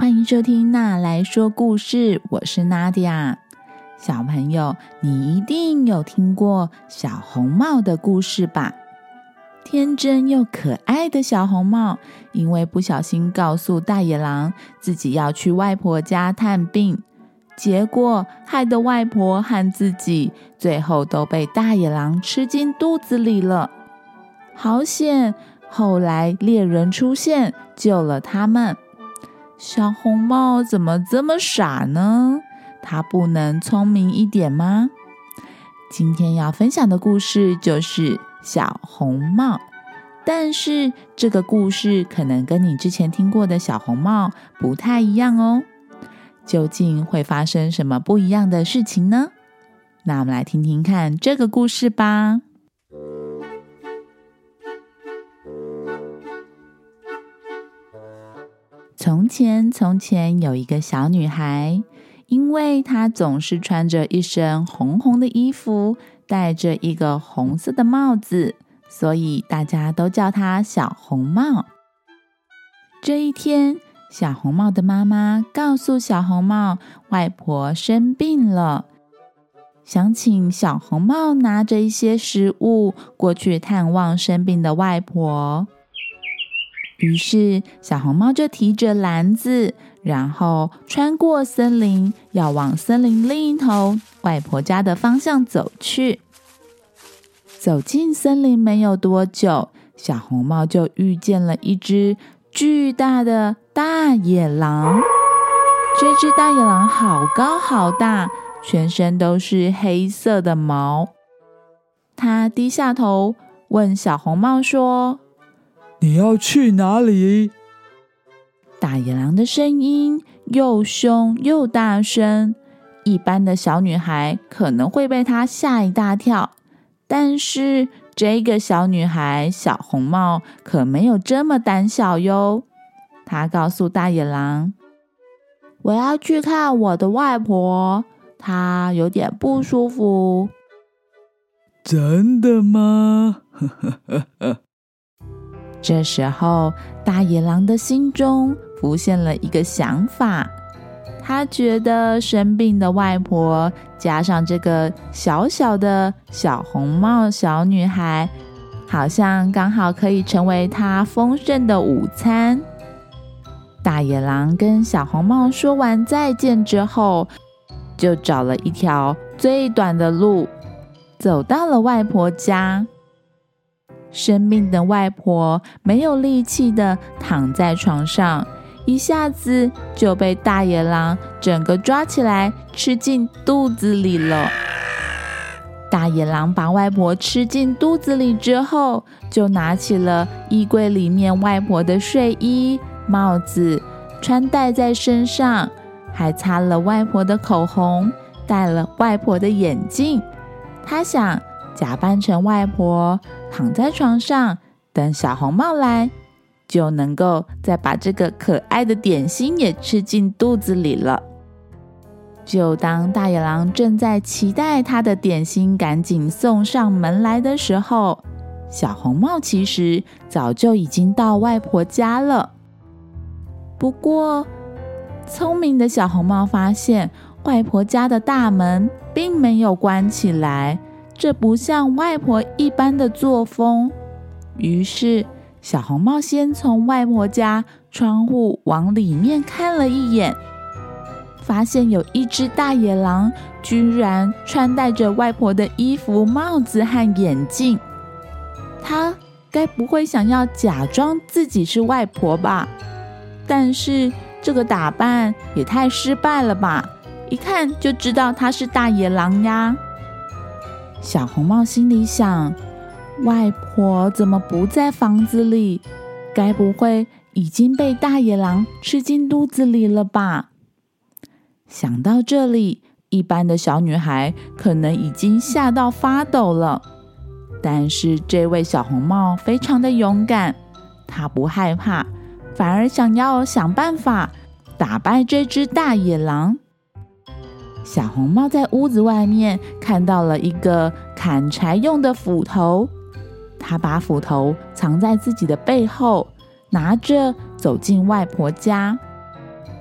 欢迎收听娜来说故事，我是娜迪亚。小朋友，你一定有听过小红帽的故事吧？天真又可爱的小红帽，因为不小心告诉大野狼自己要去外婆家探病，结果害得外婆和自己最后都被大野狼吃进肚子里了。好险，后来猎人出现救了他们。小红帽怎么这么傻呢？他不能聪明一点吗？今天要分享的故事就是小红帽，但是这个故事可能跟你之前听过的小红帽不太一样哦。究竟会发生什么不一样的事情呢？那我们来听听看这个故事吧。从前有一个小女孩，因为她总是穿着一身红红的衣服，戴着一个红色的帽子，所以大家都叫她小红帽。这一天，小红帽的妈妈告诉小红帽，外婆生病了，想请小红帽拿着一些食物过去探望生病的外婆。于是小红帽就提着篮子，然后穿过森林，要往森林另一头外婆家的方向走去。走进森林没有多久，小红帽就遇见了一只巨大的大野狼。这只大野狼好高好大，全身都是黑色的毛。它低下头问小红帽说： 你要去哪里？ 大野狼的声音又凶又大声，一般的小女孩可能会被它吓一大跳，但是这个小女孩小红帽可没有这么胆小哟。她告诉大野狼：我要去看我的外婆，她有点不舒服。 真的吗？ 这时候，大野狼的心中浮现了一个想法，他觉得生病的外婆加上这个小小的小红帽小女孩，好像刚好可以成为他丰盛的午餐。大野狼跟小红帽说完再见之后，就找了一条最短的路，走到了外婆家。生病的外婆没有力气的躺在床上，一下子就被大野狼整个抓起来吃进肚子里了。大野狼把外婆吃进肚子里之后，就拿起了衣柜里面外婆的睡衣、帽子，穿戴在身上，还擦了外婆的口红，戴了外婆的眼镜。他想假扮成外婆，躺在床上，等小红帽来，就能够再把这个可爱的点心也吃进肚子里了。就当大野狼正在期待他的点心赶紧送上门来的时候，小红帽其实早就已经到外婆家了。不过，聪明的小红帽发现外婆家的大门并没有关起来，这不像外婆一般的作风。于是小红帽先从外婆家窗户往里面看了一眼，发现有一只大野狼居然穿戴着外婆的衣服、帽子和眼镜。他该不会想要假装自己是外婆吧？但是这个打扮也太失败了吧，一看就知道他是大野狼呀。小红帽心里想，外婆怎么不在房子里？该不会已经被大野狼吃进肚子里了吧？想到这里，一般的小女孩可能已经吓到发抖了。但是这位小红帽非常的勇敢，她不害怕，反而想要想办法打败这只大野狼。小红帽在屋子外面看到了一个砍柴用的斧头，她把斧头藏在自己的背后，拿着走进外婆家。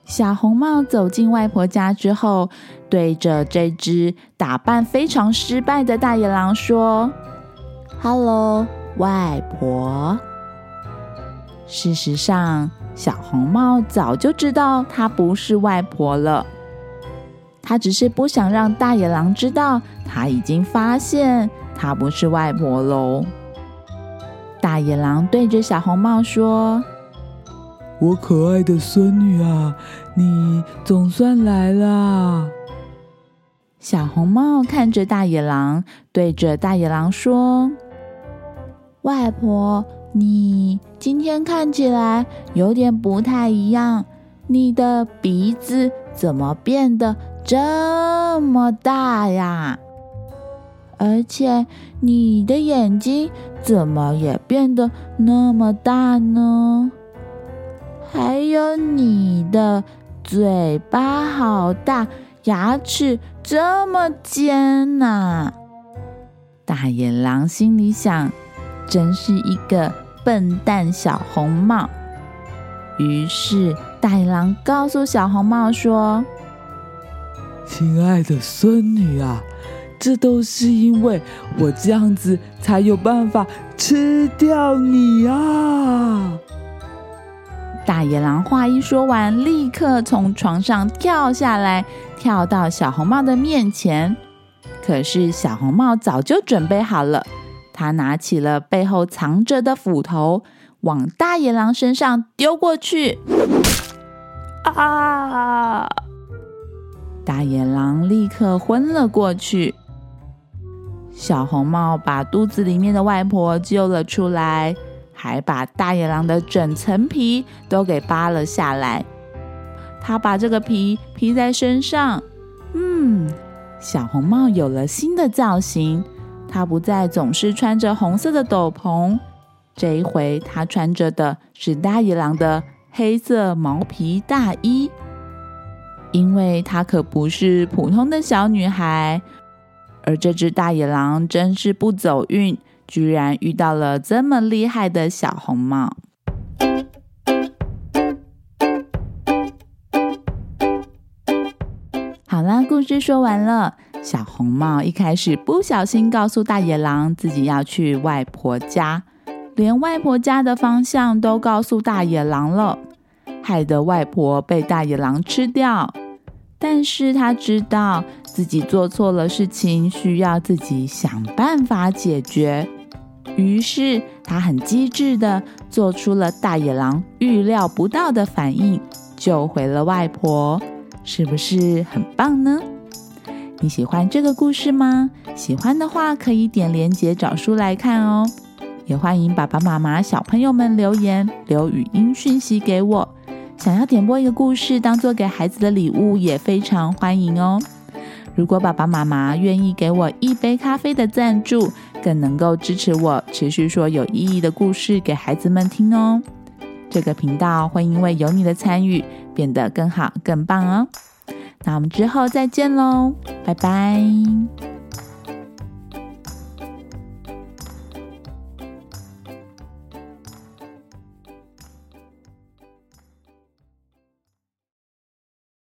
小红帽走进外婆家之后，对着这只打扮非常失败的大野狼说 ：“Hello， 外婆。”事实上，小红帽早就知道她不是外婆了，她只是不想让大野狼知道她已经发现她不是外婆喽。大野狼对着小红帽说：“ 我可爱的孙女啊，你总算来啦！” 小红帽看着大野狼，对着大野狼说：“外婆，你今天看起来有点不太一样，你的鼻子怎么变得这么大呀？而且你的眼睛怎么也变得那么大呢？还有你的嘴巴好大，牙齿这么尖啊！”大野狼心里想，真是一个笨蛋小红帽。于是大野狼告诉小红帽说：“ 亲爱的孙女啊，这都是因为我这样子才有办法吃掉你啊！” 大野狼话一说完，立刻从床上跳下来，跳到小红帽的面前。可是小红帽早就准备好了，他拿起了背后藏着的斧头，往大野狼身上丢过去。啊！大野狼立刻昏了过去。小红帽把肚子里面的外婆救了出来，还把大野狼的整层皮都给扒了下来。他把这个皮披在身上，小红帽有了新的造型。他不再总是穿着红色的斗篷，这一回他穿着的是大野狼的黑色毛皮大衣。因为她可不是普通的小女孩，而这只大野狼真是不走运，居然遇到了这么厉害的小红帽。好啦，故事说完了。小红帽一开始不小心告诉大野狼自己要去外婆家，连外婆家的方向都告诉大野狼了，害得外婆被大野狼吃掉。但是他知道自己做错了事情，需要自己想办法解决。于是他很机智的做出了大野狼预料不到的反应，救回了外婆。是不是很棒呢？你喜欢这个故事吗？喜欢的话可以点连结找书来看哦。也欢迎爸爸妈妈小朋友们留言留语音讯息给我，想要点播一个故事当做给孩子的礼物也非常欢迎哦。如果爸爸妈妈愿意给我一杯咖啡的赞助，更能够支持我持续说有意义的故事给孩子们听哦。这个频道会因为有你的参与变得更好更棒哦。那我们之后再见咯，拜拜。